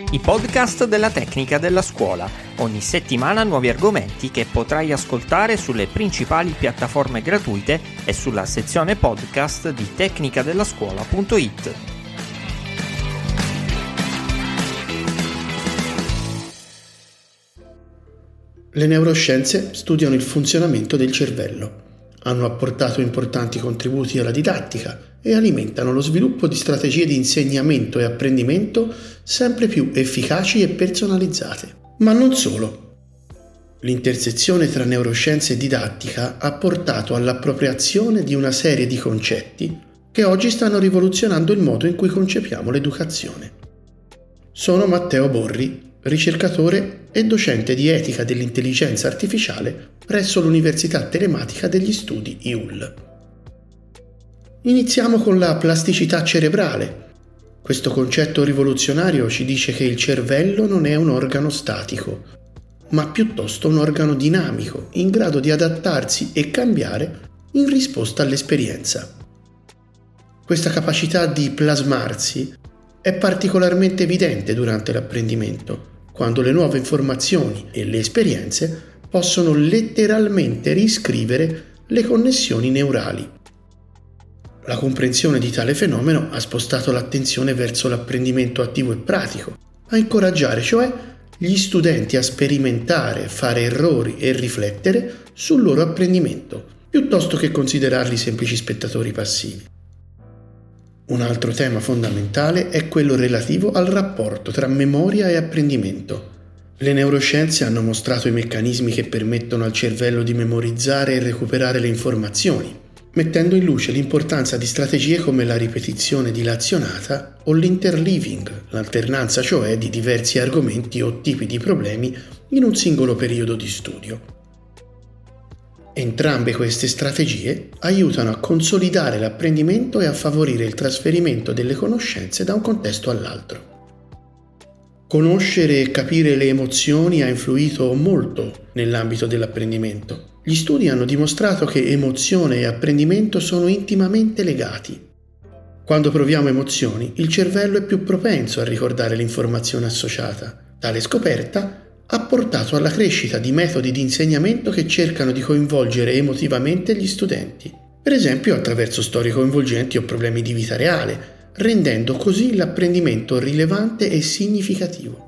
I podcast della Tecnica della Scuola. Ogni settimana nuovi argomenti che potrai ascoltare sulle principali piattaforme gratuite e sulla sezione podcast di tecnicadellascuola.it. Le neuroscienze studiano il funzionamento del cervello. Hanno apportato importanti contributi alla didattica e alimentano lo sviluppo di strategie di insegnamento e apprendimento sempre più efficaci e personalizzate. Ma non solo. L'intersezione tra neuroscienze e didattica ha portato all'appropriazione di una serie di concetti che oggi stanno rivoluzionando il modo in cui concepiamo l'educazione. Sono Matteo Borri, ricercatore e docente di etica dell'intelligenza artificiale presso l'Università Telematica degli Studi IUL. Iniziamo con la plasticità cerebrale. Questo concetto rivoluzionario ci dice che il cervello non è un organo statico, ma piuttosto un organo dinamico, in grado di adattarsi e cambiare in risposta all'esperienza. Questa capacità di plasmarsi è particolarmente evidente durante l'apprendimento, quando le nuove informazioni e le esperienze possono letteralmente riscrivere le connessioni neurali. La comprensione di tale fenomeno ha spostato l'attenzione verso l'apprendimento attivo e pratico, a incoraggiare cioè gli studenti a sperimentare, fare errori e riflettere sul loro apprendimento, piuttosto che considerarli semplici spettatori passivi. Un altro tema fondamentale è quello relativo al rapporto tra memoria e apprendimento. Le neuroscienze hanno mostrato i meccanismi che permettono al cervello di memorizzare e recuperare le informazioni, mettendo in luce l'importanza di strategie come la ripetizione dilazionata o l'interleaving, l'alternanza cioè di diversi argomenti o tipi di problemi in un singolo periodo di studio. Entrambe queste strategie aiutano a consolidare l'apprendimento e a favorire il trasferimento delle conoscenze da un contesto all'altro. Conoscere e capire le emozioni ha influito molto nell'ambito dell'apprendimento. Gli studi hanno dimostrato che emozione e apprendimento sono intimamente legati. Quando proviamo emozioni, il cervello è più propenso a ricordare l'informazione associata. Tale scoperta ha portato alla crescita di metodi di insegnamento che cercano di coinvolgere emotivamente gli studenti, per esempio attraverso storie coinvolgenti o problemi di vita reale, rendendo così l'apprendimento rilevante e significativo.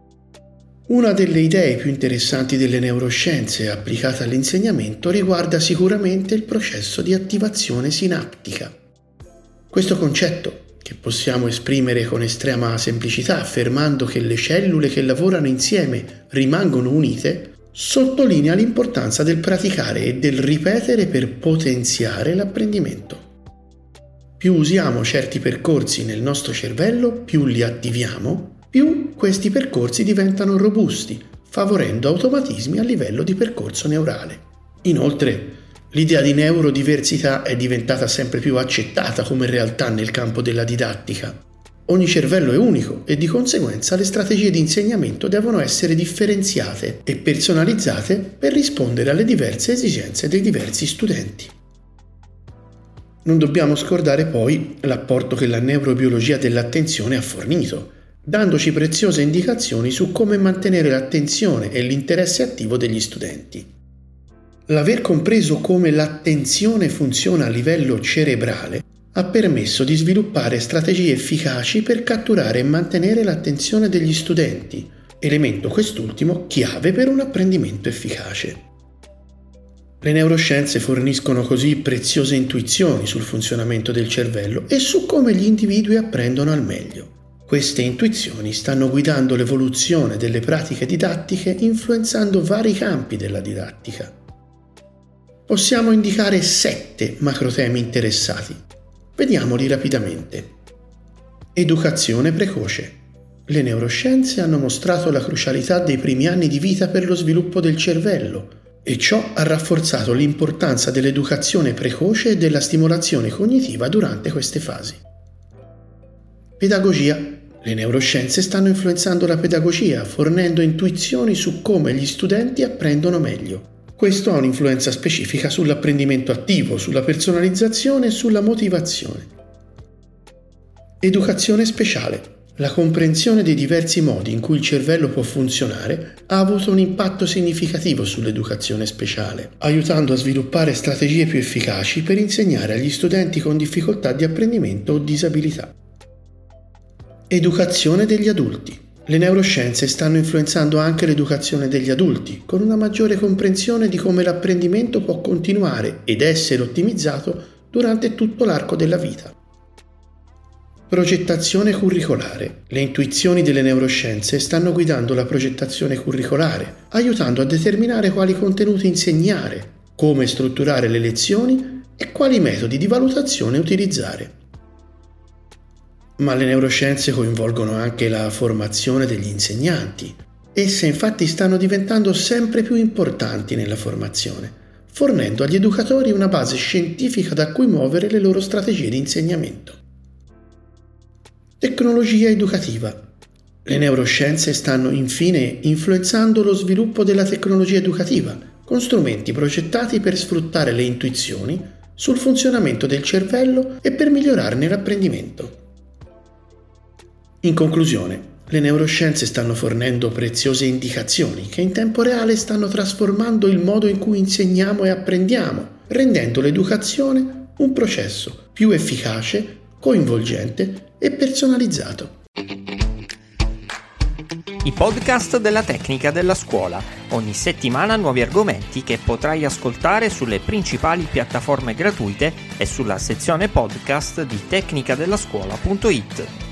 Una delle idee più interessanti delle neuroscienze applicate all'insegnamento riguarda sicuramente il processo di attivazione sinaptica. Questo concetto, che possiamo esprimere con estrema semplicità affermando che le cellule che lavorano insieme rimangono unite, sottolinea l'importanza del praticare e del ripetere per potenziare l'apprendimento. Più usiamo certi percorsi nel nostro cervello, più li attiviamo, più questi percorsi diventano robusti, favorendo automatismi a livello di percorso neurale. Inoltre, l'idea di neurodiversità è diventata sempre più accettata come realtà nel campo della didattica. Ogni cervello è unico e di conseguenza le strategie di insegnamento devono essere differenziate e personalizzate per rispondere alle diverse esigenze dei diversi studenti. Non dobbiamo scordare poi l'apporto che la neurobiologia dell'attenzione ha fornito, dandoci preziose indicazioni su come mantenere l'attenzione e l'interesse attivo degli studenti. L'aver compreso come l'attenzione funziona a livello cerebrale ha permesso di sviluppare strategie efficaci per catturare e mantenere l'attenzione degli studenti, elemento quest'ultimo chiave per un apprendimento efficace. Le neuroscienze forniscono così preziose intuizioni sul funzionamento del cervello e su come gli individui apprendono al meglio. Queste intuizioni stanno guidando l'evoluzione delle pratiche didattiche, influenzando vari campi della didattica. Possiamo indicare 7 macrotemi interessati. Vediamoli rapidamente. Educazione precoce. Le neuroscienze hanno mostrato la crucialità dei primi anni di vita per lo sviluppo del cervello e ciò ha rafforzato l'importanza dell'educazione precoce e della stimolazione cognitiva durante queste fasi. Pedagogia. Le neuroscienze stanno influenzando la pedagogia, fornendo intuizioni su come gli studenti apprendono meglio. Questo ha un'influenza specifica sull'apprendimento attivo, sulla personalizzazione e sulla motivazione. Educazione speciale. La comprensione dei diversi modi in cui il cervello può funzionare ha avuto un impatto significativo sull'educazione speciale, aiutando a sviluppare strategie più efficaci per insegnare agli studenti con difficoltà di apprendimento o disabilità. Educazione degli adulti. Le neuroscienze stanno influenzando anche l'educazione degli adulti, con una maggiore comprensione di come l'apprendimento può continuare ed essere ottimizzato durante tutto l'arco della vita. Progettazione curricolare. Le intuizioni delle neuroscienze stanno guidando la progettazione curricolare, aiutando a determinare quali contenuti insegnare, come strutturare le lezioni e quali metodi di valutazione utilizzare. Ma le neuroscienze coinvolgono anche la formazione degli insegnanti. Esse infatti stanno diventando sempre più importanti nella formazione, fornendo agli educatori una base scientifica da cui muovere le loro strategie di insegnamento. Tecnologia educativa. Le neuroscienze stanno infine influenzando lo sviluppo della tecnologia educativa, con strumenti progettati per sfruttare le intuizioni sul funzionamento del cervello e per migliorarne l'apprendimento. In conclusione, le neuroscienze stanno fornendo preziose indicazioni che in tempo reale stanno trasformando il modo in cui insegniamo e apprendiamo, rendendo l'educazione un processo più efficace, coinvolgente e personalizzato. I podcast della Tecnica della Scuola. Ogni settimana nuovi argomenti che potrai ascoltare sulle principali piattaforme gratuite e sulla sezione podcast di tecnicadellascuola.it.